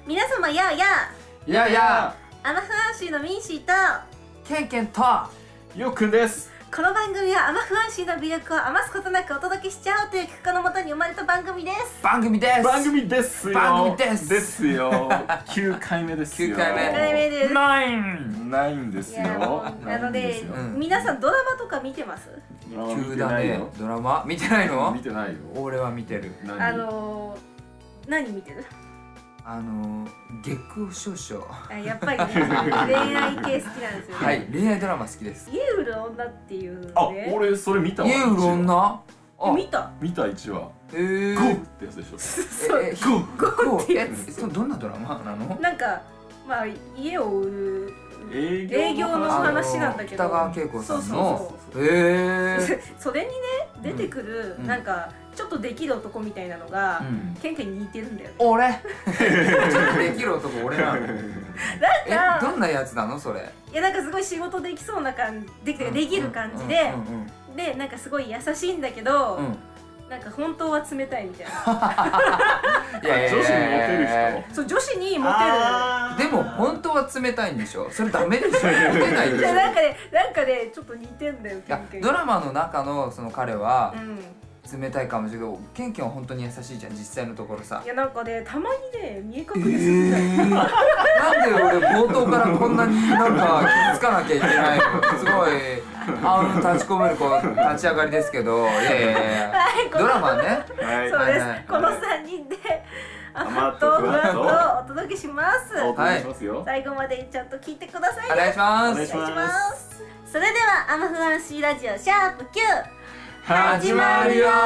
皆様やあやいやいやアマフアンシーのミンシーとケンケンとよっくんです。 この番組はアマフアンシーの魅力を余すことなくお届けしちゃおうという企画のもとに生まれた番組です。 番組です番組ですよ。 番組ですですよ。9回目ですよ。 9回目 1回目です。 ないんないんですよ。 いやもうなので、皆さんドラマとか見てます？ 急だね。ドラマ見てないの？ 見てないよ。 俺は見てる。 何見てる？ 月空少々。 やっぱりね、恋愛系好きなんですよね。 はい、恋愛ドラマ好きです。 家売る女っていうね。 あ、俺それ見たわ。 家売る女？ 見た 1話。ゴーってやつでしょ。 ゴーどんなドラマなの？ なんかまあ家を売る営業の話なんだけど、 北川景子さんのそれにね出てくるなんかちょっとできる男みたいなのがケンケンに似てるんだよね。 俺ちょっとできる男俺なの。 なんかどんなやつなのそれ？ いやなんかすごい仕事できそうな感じできる感じで、でなんかすごい優しいんだけど、なんか本当は冷たいみたいな。 女子にモテる人？ そう、女子にモテる。 でも本当は冷たいんでしょ？それダメでしょ？モテないでしょ？ なんかねちょっと似てんだよケンケン。 ドラマの中のその彼は冷たいかもしれないけど、ケンケンは本当に優しいじゃん実際のところさ。 いやなんかねたまにね見え隠れするんだよ。 なんで俺冒頭からこんなになんか気づかなきゃいけないの？すごい立ち込める立ち上がりですけど、いやドラマね。 そうです。この3人でアマとフワとお届けします。 はい。 最後までちゃんと聞いてくださいね。 お願いします。 お願いします。 それではアマフアンシーラジオシャープ9 始まるよー。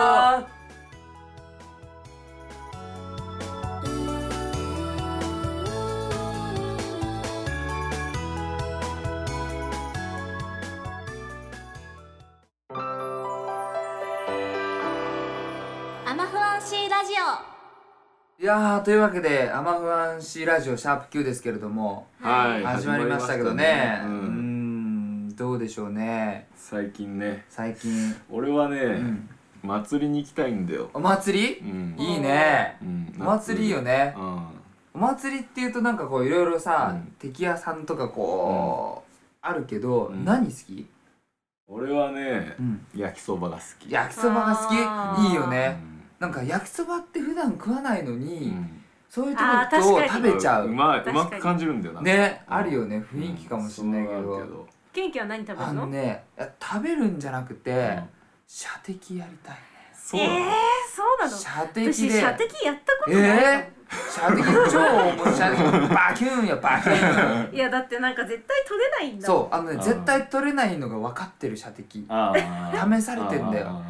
アマフアンシーラジいやーというわけでアマフアンシーラジオシャープ9ですけれども、始まりましたけどね。どうでしょうね。 最近俺はね祭りに行きたいんだよ。 お祭り？いいね。お祭りいいよね。お祭りっていうとなんかこういろいろさ、敵屋さんとかこうあるけど、何好き？ 俺はね焼きそばが好き。 焼きそばが好き？いいよね。なんか焼きそばって普段食わないのにそういうところと食べちゃう。 うまく感じるんだよな。 ね、あるよね。雰囲気かもしれないけど。 ケンケンは何食べるの？ 食べるんじゃなくて射的やりたいね。 そうなの？ 射的で。 私射的やったことない。 射的超面白い。バキューンやバキューン。 いやだってなんか絶対取れないんだ。 そう絶対取れないのが分かってる射的。試されてんだよ。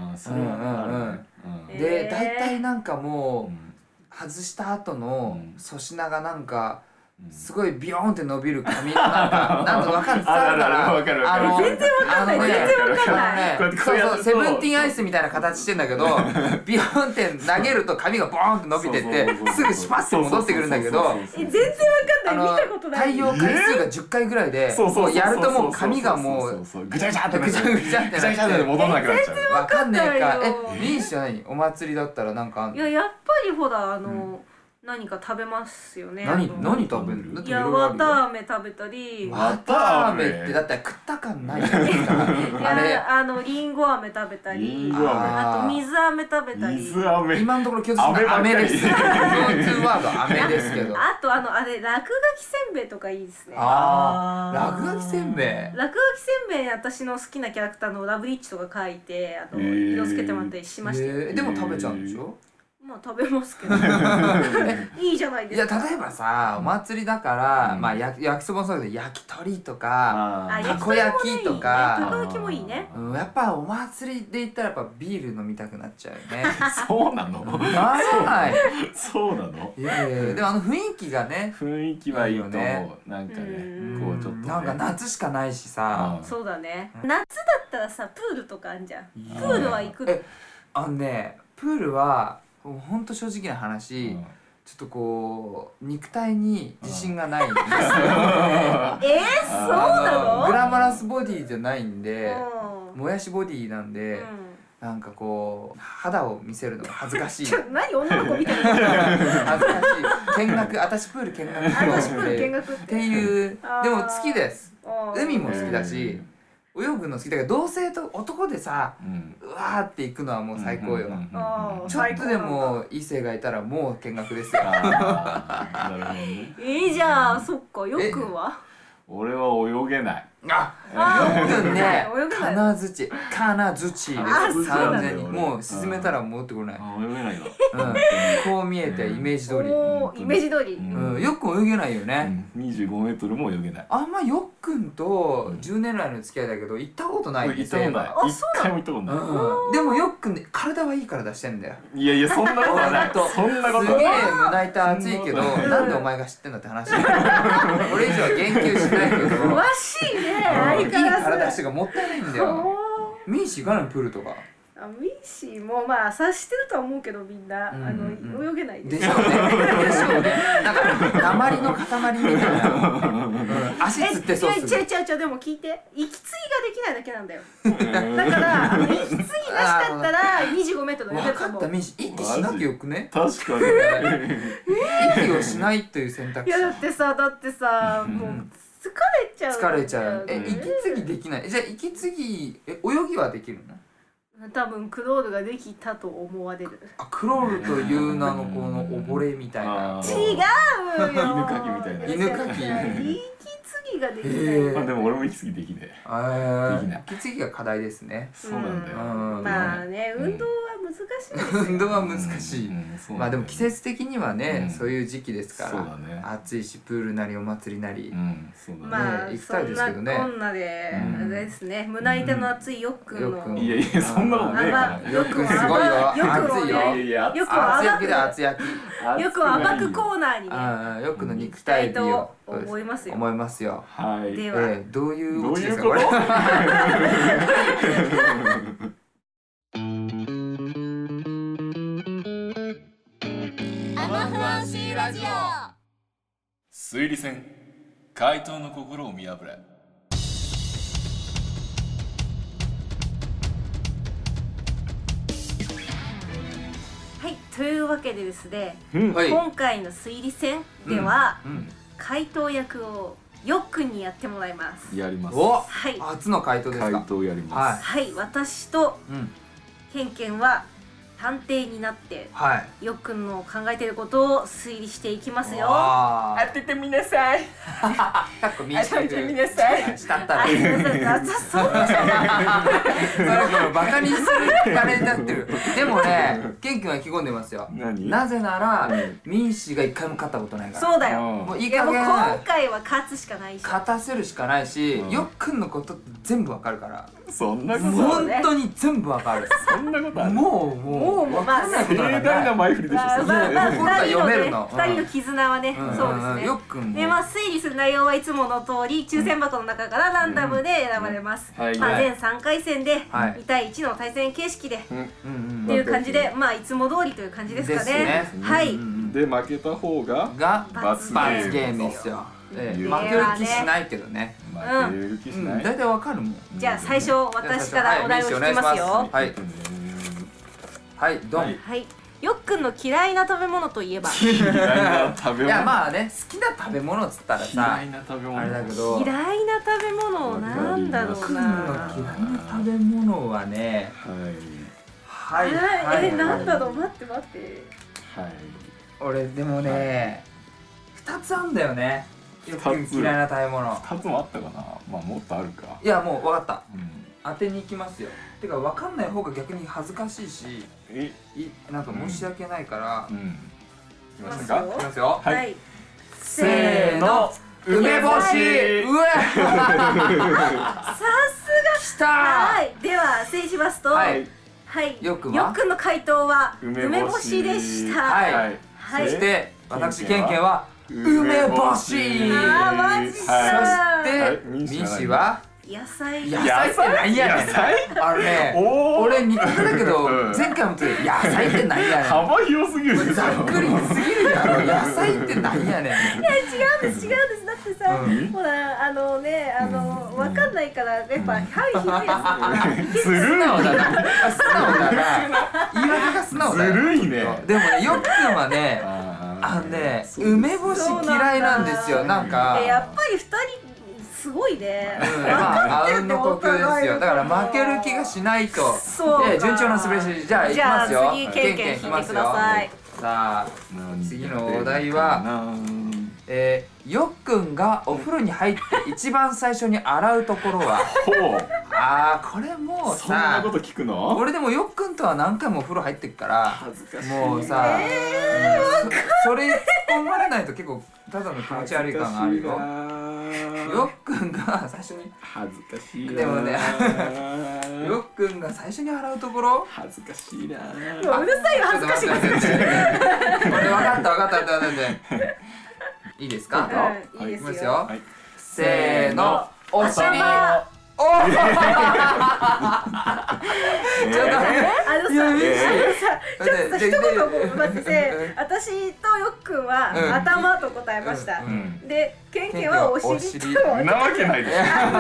で大体なんかもう外した後の粗品がなんかすごいビヨーンって伸びる髪のなんとわかる伝わるから全然わかんない全然わかんない。 そうセブンティーンアイスみたいな形してんだけどビヨーンって投げると髪がボーンって伸びてってすぐシュパッて戻ってくるんだけど全然わかんない。見たことない。 対応回数が10回ぐらいでやるともう髪がもうぐちゃぐちゃって戻んなくなっちゃう。わかんねえか。ミンシは何？お祭りだったらなんか。 いややっぱりほら何か食べますよね。 何食べる？ いや綿あめ食べたり。 綿あめってだって食った感ないじゃないですか。 あれりんごあめ食べたり、あと水あめ食べたり。 今のところ共通してあめです。共通ワードあめですけど。 あとあれ落書きせんべいとかいいですね。 落書きせんべい。 落書きせんべい私の好きなキャラクターのラブリッチとか書いて色つけてもらったりしましたよ。 でも食べちゃうんでしょ？ まあ食べますけどいいじゃないですか。 いや例えばさお祭りだからまあ焼きそばもそうだけど焼き鳥とかたこ焼きとかたこ焼きもいいね。 やっぱお祭りで言ったらやっぱビール飲みたくなっちゃうよね。 そうなの？ ならない。 そうなの？ いやでも雰囲気がね。 雰囲気はいいと思う。なんかねこうちょっとなんか夏しかないしさ。 そうだね。夏だったらさプールとかあんじゃん。プールは行く？ プールはほんと正直な話、ちょっとこう肉体に自信がないんですよ。 そうなの？ グラマラスボディじゃないんでもやしボディなんで、なんかこう肌を見せるのが恥ずかしい。 何女の子みたいな。 恥ずかしい。 見学、私プール見学私プール見学っていう。でも好きです。海も好きだし泳ぐの好きだけど、同性と男でさ、うわーって行くのはもう最高よ。ちょっとでも異性がいたらもう見学ですよ。 なるほどね。 じゃあそっか、よくんは俺は泳げない。 よくね、金槌です完全にもう沈めたら戻ってこない。 泳げないわ。 こう見えてイメージ通り。 イメージ通り。 よく泳げないよね。 25メートルも泳げない。 あんまよっくんと10年来の付き合いだけど行ったことない。 行ったことない。一回も行ったことない。 でもよっくんね、体はいい体してんだよ。 いやいや、そんなことはない。そんなことはない。 すげえ胸板熱いけど、なんでお前が知ってんだって話。俺以上は言及しないけど。 詳しいね、相変わらず。 体してがもったいないんだよ。ミーシー行かないのプールとか。 ミーシーもまあ察してるとは思うけど、みんな泳げないでしょうね。でしょうね。なんか鉛の塊みたいな。足つってそうする。 違うでも聞いて、息継ぎができないだけなんだよ。だから息継ぎなしだったら25メートル泳げると思う。 分かった、ミーシー息しなきゃよくね。 確かに。 息をしないという選択肢。 いやだってさ、もう疲れちゃう。 息継ぎできない。じゃあ息継ぎ泳ぎはできるの？ 多分クロールができたと思われる。 クロールという名のこの溺れみたいな。 違うよ。 犬かきみたいな。 犬かき。 息継ぎができない。 でも俺も息継ぎできねえ。できない。 息継ぎが課題ですね。 そうなんだよ。 まあね、運動は難しいですよ。 運動は難しい。まあでも季節的にはね、そういう時期ですから。暑いし、プールなりお祭りなり。 まあ行きたいですけどね。 そんなこんなであれですね、胸板の熱いよっくんの。 いやいや、そんなことねえから。 よくすごいよ。熱いよ。 よく熱焼きで熱焼き。 よく甘くコーナーにね。 よくの肉体美を思いますよ。 思いますよ。 はい。 ではどういうオチですかこれ。 アマフランシーラジオ。 推理戦、怪盗の心を見破れ。 はい、というわけでですね、 はい、 今回の推理戦では、怪盗役をよっくんにやってもらいます。 やります。 はい、 初の怪盗ですか。 怪盗やります。 はい、私とケンケンは探偵になって、よっくんの考えていることを推理していきますよ。 当ててみなさい。 当てみなさい。 したったら。 そんなじゃない。バカにするあれになってる。でもね、ケン君は意気込んでますよ。なぜならミンシーが一回も勝ったことないから。 そうだよ。 もういい加減今回は勝つしかないし。 勝たせるしかないし、よっくんのことって全部わかるから。 そんなこと本当に全部わかる。 そんなことある。 もうわかんないことなんだ。 盛大な前振りでしょ。 2 人の絆はね、そうですね。 よっくんも。 で、推理する内容はいつもの通り抽選箱の中からランダムで選ばれます。全3回戦で2対1の対戦形式でっていう感じで、まあいつも通りという感じですかね。はい。 で、負けた方が罰ゲームですよ。負ける気しないけどね。 負ける気しない。 大体わかるもん。 じゃあ最初私からお題を引きますよ。 はい、ドン。 はい、よっくんの嫌いな食べ物といえば。 嫌いな食べ物。 いやまあね、好きな食べ物っつったらさ、 嫌いな食べ物あれだけど。 嫌いな食べ物なんだろうな。 よっくんの嫌いな食べ物はね。はい。 なんだろう、待って。はい。 俺でもね、2つあんだよね。よっくん嫌いな食べ物。 2つもあったかな。まあもっとあるか。 いやもう分かった。当てに行きますよ。てか分かんない方が逆に恥ずかしいし、なんか申し訳ないから。 いきましたか？ いきますよ。 はい。 せーの、梅干し。うわ。 さすが。 きた。 はい。では整理しますと、はい。よっくんの回答は梅干しでした。 はい。そして私ケンケンは梅干し。 ああマジか。 そしてミンシーは野菜って何やねん。あれね、俺似てだけど前回も言って野菜って何やねん。 幅広すぎる。 ざっくりすぎるやろ。野菜って何やねん。いや違うんです。だってさ、ほら分かんないからやっぱ範囲広いやつ。 ずるい。 素直だな。言い訳が素直だよ。 ずるいね。 でもね、よっくんはね、 梅干し嫌いなんですよ。なんかやっぱり2人すごいね。 あうんの呼吸ですよ。だから負ける気がしないと。順調な滑り出し。じゃあいきますよ。 次ケンケン引いてください。 さあ次のお題はよっくんがお風呂に入って一番最初に洗うところはこれもうさ、 そんなこと聞くの？ 俺でもよっくんとは何回もお風呂入ってっからもうさそれ突っ込まれないと結構ただの気持ち悪い感があるよ。よっくんが最初に恥ずかしいな。 でもねよっくんが最初に洗うところ恥ずかしいな。 うるさいよ、恥ずかしい恥ずかしい。 俺分かったいいですか？ いいですよ。 せーの、お尻。おちょっと一言待って、私とよっくんは頭と答えました。で、ケンケンはお尻と。 なわけないでしょ。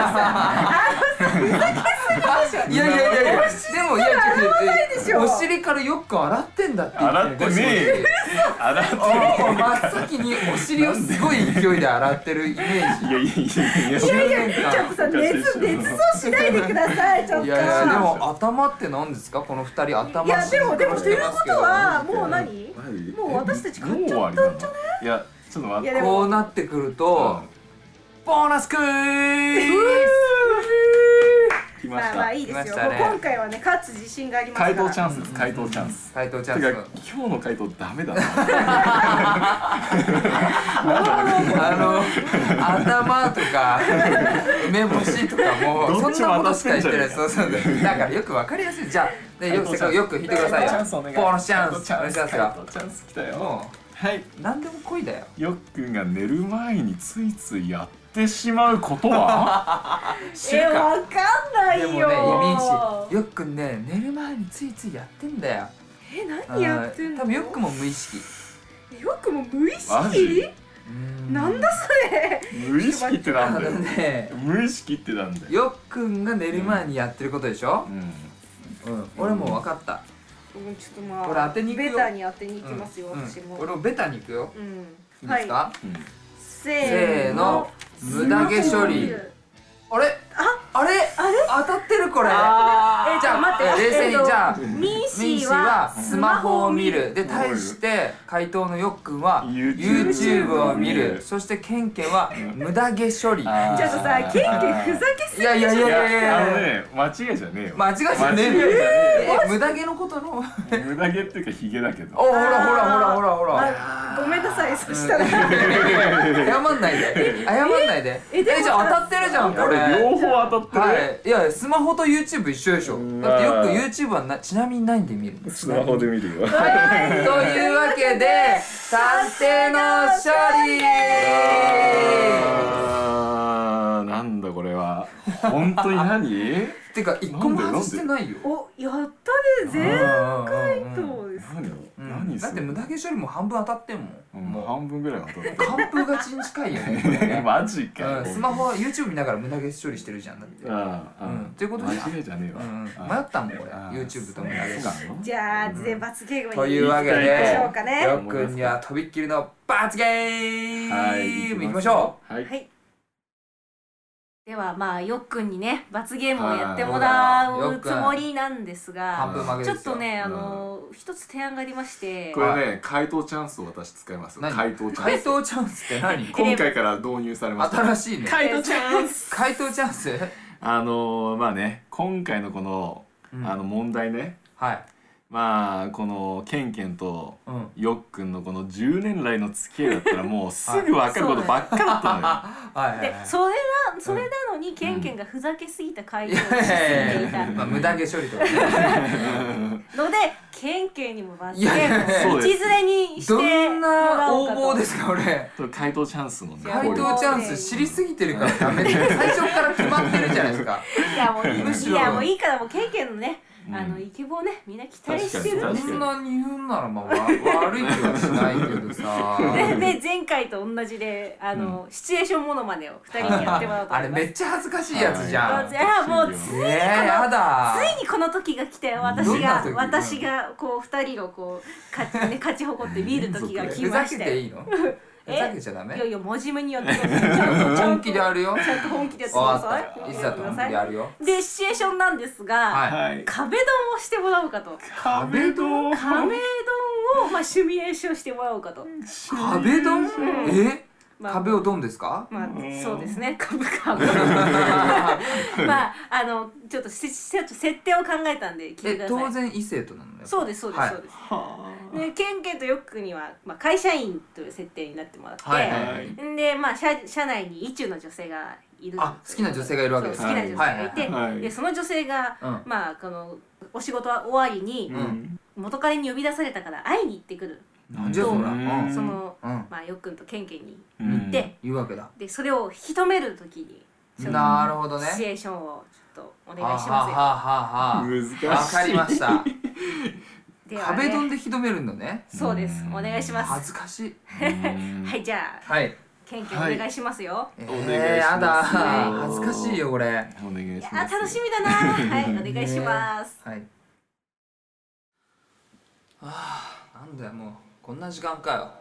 いやでもお尻からよっくん洗ってんだって。 洗ってねえ。洗ってねえ。 真っ先にお尻をすごい勢いで洗ってるイメージ。 いやちょっとさ、捏造しないでください、ちょっと。 いやでも頭って何ですか、この二人頭。 いやでもということはもう何？もう私たち買っちゃったんじゃね？ いやちょっと待って。 こうなってくるとボーナスクイズ。 まあいいですよ。今回はね勝つ自信がありますから。 回答チャンスです。回答チャンス。 回答チャンス。 今日の回答ダメだな。 頭とか梅干しとかもそんなことしか言ってない。そうだからよくわかりやすい。じゃあよく引いてくださいよ。ボーナスチャンス。お願いしますよ。 チャンス来たよ。はい。 何でも来いだよ。 よっくんが寝る前についついやってしまうことは？ わかんないよ。 でもねイメージよっくんね寝る前についついやってんだよ。 何やってんの？ 多分よっくんも無意識。 よっくんも無意識？なんだそれ。 無意識ってなんだよ。無意識ってなんだよ。 よっくんが寝る前にやってることでしょ。俺も分かった。 ちょっとまあこれ当てに行くよ。 ベタに当てに行きますよ私も。 俺もベタに行くよ。いいですか？ せーの、 無駄毛処理。あれ当たってるこれ。じゃあ待って冷静に。じゃあミンシーはスマホを見るで、対して回答のよっくんは YouTube を見る。そしてケンケンは無駄毛処理。 ちょっとさ、ケンケンふざけすぎ。 いや間違いじゃねえよ。 間違いじゃねえよ。無駄毛のことの無駄毛っていうかヒゲだけど。 ほら。 ごめんなさい。そしたら謝んないで。じゃあ当たってるじゃんこれ。 両方当たってる。 いやスマホと YouTube 一緒でしょ。だってよく YouTube はちなみに何で見るの？ スマホで見るよ。 というわけで探偵の勝利。 なんだこれは。本当に何？ てか一個も外してないよ。 お、やったね。全回答です。 だって無駄毛処理も半分当たってんもん。 もう半分ぐらい当たって。 完封勝ちに近いよね。 マジか。 スマホは YouTube 見ながら無駄毛処理してるじゃん。だって。ということで間違いじゃねえわ。 迷ったもん俺。YouTube と無駄毛が。 じゃあ罰ゲームにというわけでしょうかね。 よっくんにはとびっきりの罰ゲームいきましょう。 はい。ではまあよっくんにね罰ゲームをやってもらうつもりなんですが、ちょっとね一つ提案がありまして。 これね回答チャンスを私使います。回答チャンス。 回答チャンスって何？ 今回から導入されました。 新しいね。 回答チャンス。 回答チャンス？ まあね今回のこの問題ね。 はい。 まあこのケンケンとよっくんのこの10年来の付き合いだったらもうすぐ分かることばっかだったのよ。 でそれなのにケンケンがふざけすぎた回答をしすぎていた無駄毛処理とかねのでケンケンにも罰ゲームを道連れにしてもらおうかと。 どんな応募ですか俺。 回答チャンスのね。 回答チャンス知りすぎてるからダメで最初から決まってるじゃないですか。 いやもういいからもうケンケンのねイケボねみんな期待してるんですよ。 そんなに言うんならまあ悪い気はしないけどさ。 で前前回と同じでシチュエーションモノマネを2人にやってもらおうと思います。 あれめっちゃ恥ずかしいやつじゃん。 いやもうついにこの時が来て、私がこう2人をこう勝ち誇って見る時が来まして。 ふざけていいの？ふざけちゃダメ？ いやいや真面目にやってください。 本気でやるよ。 ちゃんと本気でやってください。 いつだって本気でやるよ。 でシチュエーションなんですが、壁ドンをしてもらおうかと。 壁ドン？ 壁ドンをシミュレーションしてもらおうかと。 壁ドン？壁をドンですか？ そうですね。壁ちょっと設定を考えたんで聞いてください。 当然異性となのね。 そうです。でケンケンとヨックには会社員という設定になってもらって、で社内に意中の女性がいる。 好きな女性がいるわけです。 好きな女性がいて、でその女性がこのお仕事終わりに元彼に呼び出されたから会いに行ってくる。 なんじゃそら。 そのヨックンとケンケンに行って言うわけだ。 でそれを引き止めるときになるほどね。 シチュエーションをちょっとお願いしますよ。 わかりました。壁ドンで引き止めるのね。 そうです。お願いします。 恥ずかしい。 はい、じゃあケンケンお願いしますよ。 やだ、恥ずかしいよこれ。 お願いします。 楽しみだな。はい、お願いします。 はい。なんだよもうこんな時間かよ。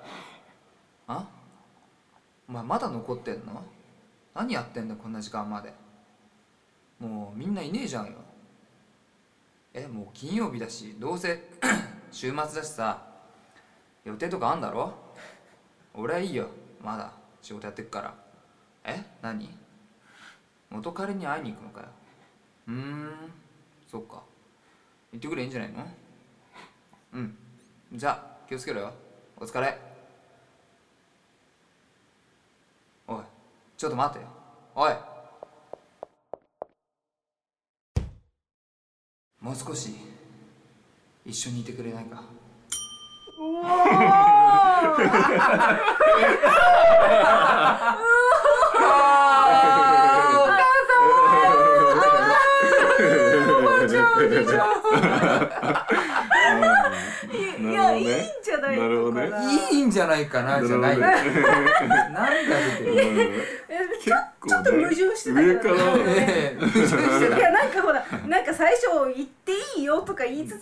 お前まだ残ってんの？何やってんだこんな時間まで。もうみんないねえじゃんよ。もう金曜日だし、どうせ週末だしさ、予定とかあんだろ？俺はいいよ、まだ仕事やってっから。何？元彼に会いに行くのかよ。そっか。言ってくれいいんじゃないの？じゃあ気をつけろよ。お疲れ。おい、ちょっと待ってよ。おい、もう少し一緒にいてくれないか？おいや、いいんじゃないかな。 いいんじゃないかなじゃないよ。なんだ出てる。 ちょっと矛盾してたけどね。いやなんかほらなんか最初言っていいよとか言いつつ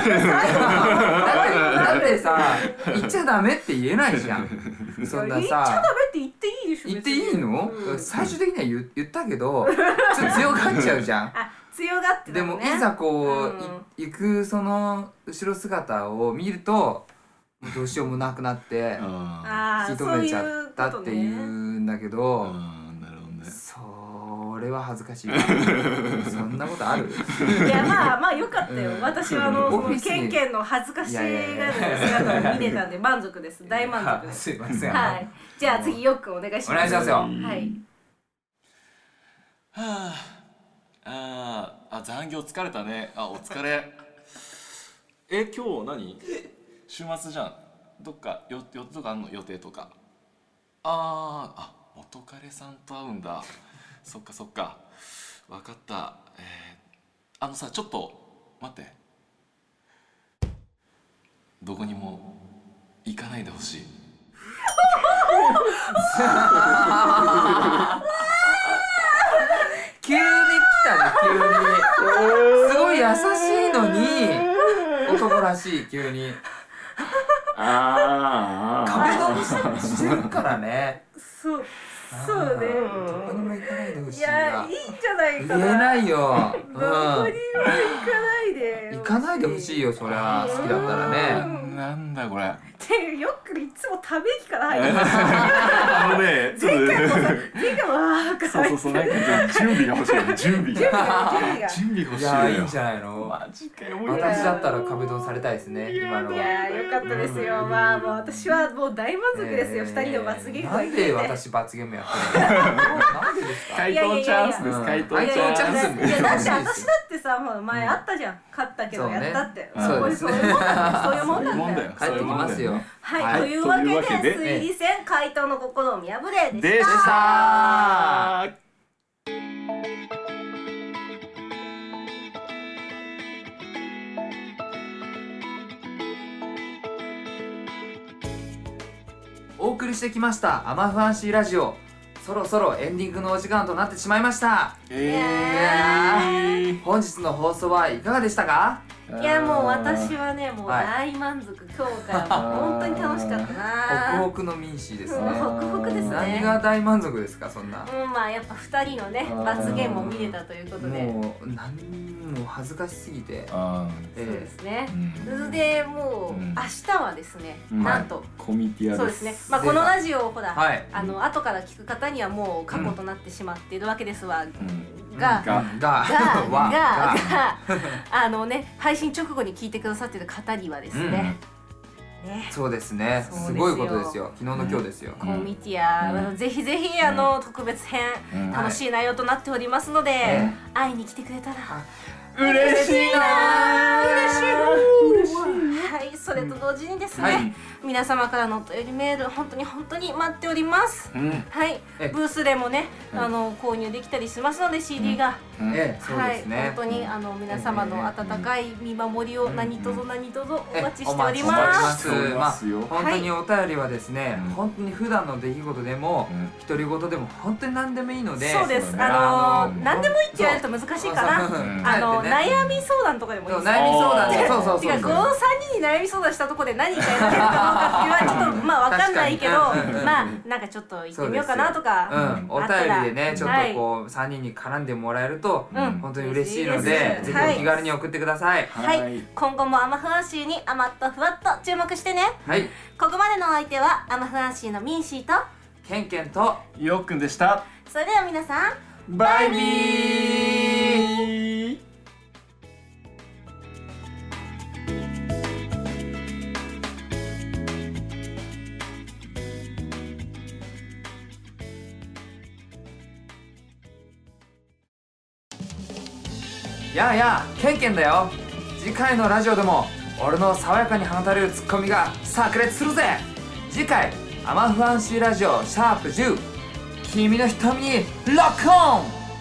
だってさ言っちゃダメって言えないじゃん。そんなさ言っちゃダメって言っていいでしょ。 言っていいの？最終的には言ったけどちょっと強がっちゃうじゃん。 強がってでもいざこう行くその後ろ姿を見るとどうしようもなくなって引き止めちゃったっていうんだけど、それは恥ずかしい。そんなことある？ いやまあよかったよ。私はケンケンの恥ずかしがる姿を見れたんで満足です。大満足です。 すいません。 はい。じゃあ次ヨックお願いします。 お願いしますよ。 はい。 残業疲れたね。お疲れ。今日何？週末じゃん。どっか予定とかあんの？予定とか。元彼さんと会うんだ。そっかそっか。わかった。さちょっと待って。どこにも行かないでほしい。 急に来たね、急に。すごい優しいのに男らしい、急に。壁ドンしてるからね。 そうね。 どこにも行かないでほしい。 いや、いいんじゃないかな。 言えないよ。 どこにも行かないで。 行かないでほしいよ、そりゃ好きだったらね。 なんだこれ。 でよくいつもため息から入ってる。前回もそうなんか準備が欲しいよね。準備欲しいよ。 いやいいんじゃないの。 マジかよ。 私だったら壁ドンされたいですね。今のは。 いやよかったですよ。まあもう私はもう大満足ですよ。2人の罰ゲームは。 なんで私罰ゲームやってるの？なんでですか？ 回答チャンスです。回答チャンス。 いやだって私だってさもう前あったじゃん。勝ったけどやったって。そういうもんなんだよ。 帰ってきますよ。 はい、というわけで推理戦怪盗の心を見破れでした。 お送りしてきましたアマフアンシーラジオ、そろそろエンディングのお時間となってしまいました。本日の放送はいかがでしたか？ いやもう私はねもう大満足、今日からもう本当に楽しかったな。 ホクホクのミンシーですね。 ホクホクですね。 何が大満足ですかそんな。 まあやっぱ2人のね罰ゲームを見れたということで、 もう何も恥ずかしすぎて。 そうですね。でもう明日はですね、なんとコミティアです。 そうですね。まあこのラジオをほら後から聞く方にはもう過去となってしまっているわけですわ。配信直後に聞いてくださっている方にはですね、 そうですね、すごいことですよ。昨日の今日ですよ。 コミティアぜひぜひ特別編楽しい内容となっておりますので、会いに来てくれたら嬉しいな。 はい、それと同時にですね、皆様からのお便りメール本当に待っております。はい、ブースでもね購入できたりしますので CD が、はい、本当に皆様の温かい見守りを何卒お待ちしております。 本当にお便りはですね、本当に普段の出来事でも独り言でも本当に何でもいいので、 そうです。何でもいいって言われると難しいかな。悩み相談とかでもいいです。 悩み相談で、そう違う、この3人に悩み相談したところで何かやってるかどうかっていうのはちょっとまあ分かんないけど、まあなんかちょっと言ってみようかなとか、 お便りでねちょっとこう3人に絡んでもらえると本当に嬉しいので、ぜひお気軽に送ってください。 はい、今後もアマフアンシーに甘っとふわっと注目してね。はい、ここまでのお相手はアマフアンシーのミンシーとケンケンとヨッくんでした。 それでは皆さんバイビー。やあやあ、ケンケンだよ。次回のラジオでも俺の爽やかに放たれるツッコミが炸裂するぜ。次回アマフアンシーラジオ#10、君の瞳にロックオン。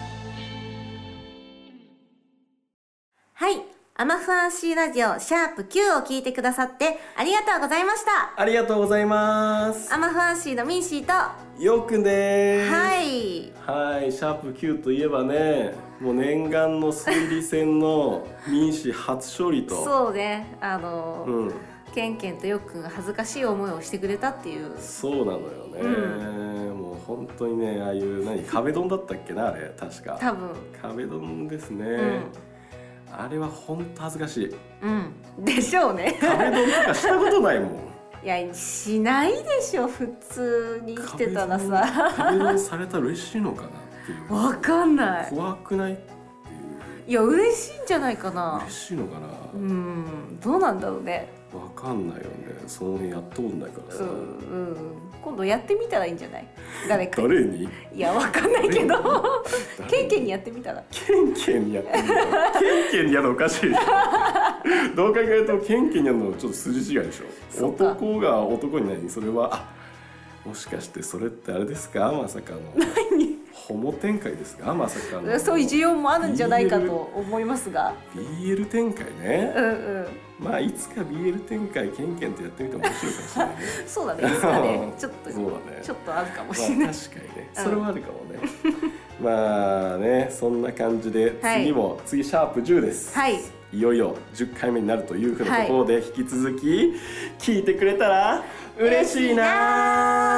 はい、アマフアンシーラジオ#9を聞いてくださってありがとうございました。 ありがとうございます。 アマフアンシーのミンシーとヨッくんでーす。 はい、 #9といえばね、もう念願の推理戦の民主初勝利と。 そうね、ケンケンとヨッくんが恥ずかしい思いをしてくれたっていう。 そうなのよね、もう本当にね、ああいう壁ドンだったっけな、あれ確か多分壁ドンですね、あれは本当恥ずかしい。 でしょうね。 壁ドンとかしたことないもん。 いや、しないでしょ、普通に生きてたらさ。 壁ドンされたら嬉しいのかなっていう。 わかんない。 怖くないっていう。 いや、嬉しいんじゃないかな。 嬉しいのかな。 どうなんだろうね。 わかんないよね。その辺やったことないからさ。 今度やってみたらいいんじゃない？誰に？いや、わかんないけど。ケンケンにやってみたら。 ケンケンにやってみたら。ケンケンにやるのおかしいでしょ。どう考えてもケンケンにやるのちょっと筋違いでしょ。男が男に何？それはもしかしてそれってあれですか？まさかの。何？ホモ展開ですか？まさかの。 そういう需要もあるんじゃないかと思いますが。 BL 展開ね。まあいつか BL 展開ケンケンとやってみても面白いかもしれないね。 そうだね。いつかね、ちょっとそうだね。ちょっとあるかもしれない。 確かにね。それはあるかもね。まあね、そんな感じで次#10です。はい。いよいよ10回目になるというふうなところで引き続き聞いてくれたら嬉しいな。